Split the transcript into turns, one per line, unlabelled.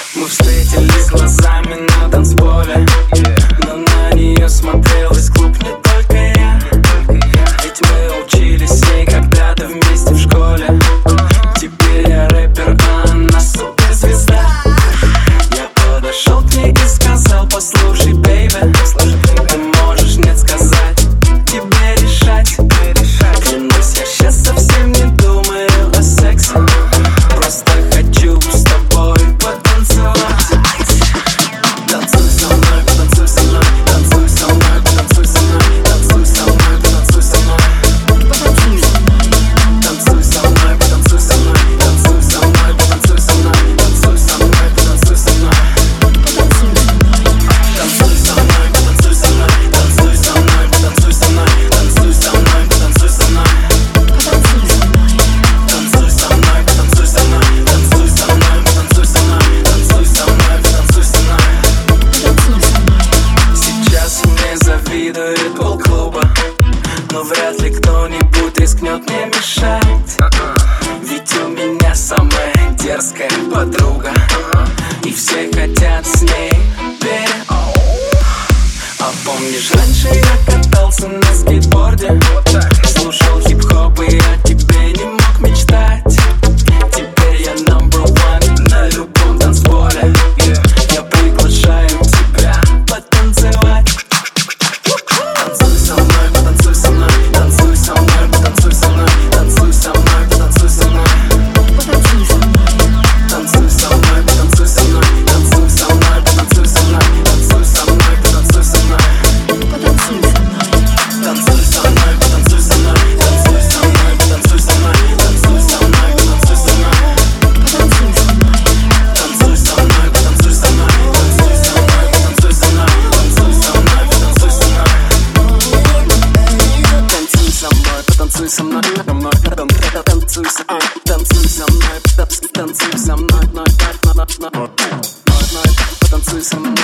Мы встретились глазами на танцполе, но на нее смотрел весь клуб, не только я. Ведь мы учились с ней когда-то вместе в школе. Теперь я рэпер, а она суперзвезда. Я подошел к ней и сказал: послушай, бейби, ты можешь нет сказать, тебе решать. Клянусь, я щас совсем не думаю о сексе, просто хочу с тобой потанцевать. Танцуй со мной, потанцуй со мной, танцуй со мной, потанцуй со мной, танцуй со мной, потанцуй со мной, танцуй со мной, потанцуй со мной, танцуй со мной, потанцуй со мной, танцуй со мной, потанцуй со мной, танцуй со мной, потанцуй со мной, танцуй со мной, потанцуй со мной, танцуй со мной, потанцуй со мной, танцуй со мной, потанцуй со мной, танцуй со мной, потанцуй со мной, танцуй со мной, потанцуй со мной. Сейчас мне завидует полклуба, но вряд ли кто-нибудь рискнет мне мешать. Ведь у меня самая дерзкая подруга, и все хотят с ней А помнишь, раньше я катался на скейтборде, слушал хип-хоп, и о тебе не мог мечтать. Теперь я number one на любом танцполе. Я приглашаю тебя потанцевать. Танцуй со мной, потанцуй со мной, танцуй со мной, потанцуй со мной, танцуй со мной, потанцуй со мной, танцуй со мной, потанцуй со мной, танцуй со мной, потанцуй со мной, танцуй со мной, потанцуй со мной, танцуй со мной, потанцуй со мной, танцуй со мной, потанцуй со мной, танцуй со мной, потанцуй со мной, танцуй со мной, потанцуй со мной, танцуй со мной, потанцуй со мной, танцуй со мной, потанцуй со мной, танцуй со мной, потанцуй со мной, танцуй со мной, танцуй со мной, потанцуй со мной,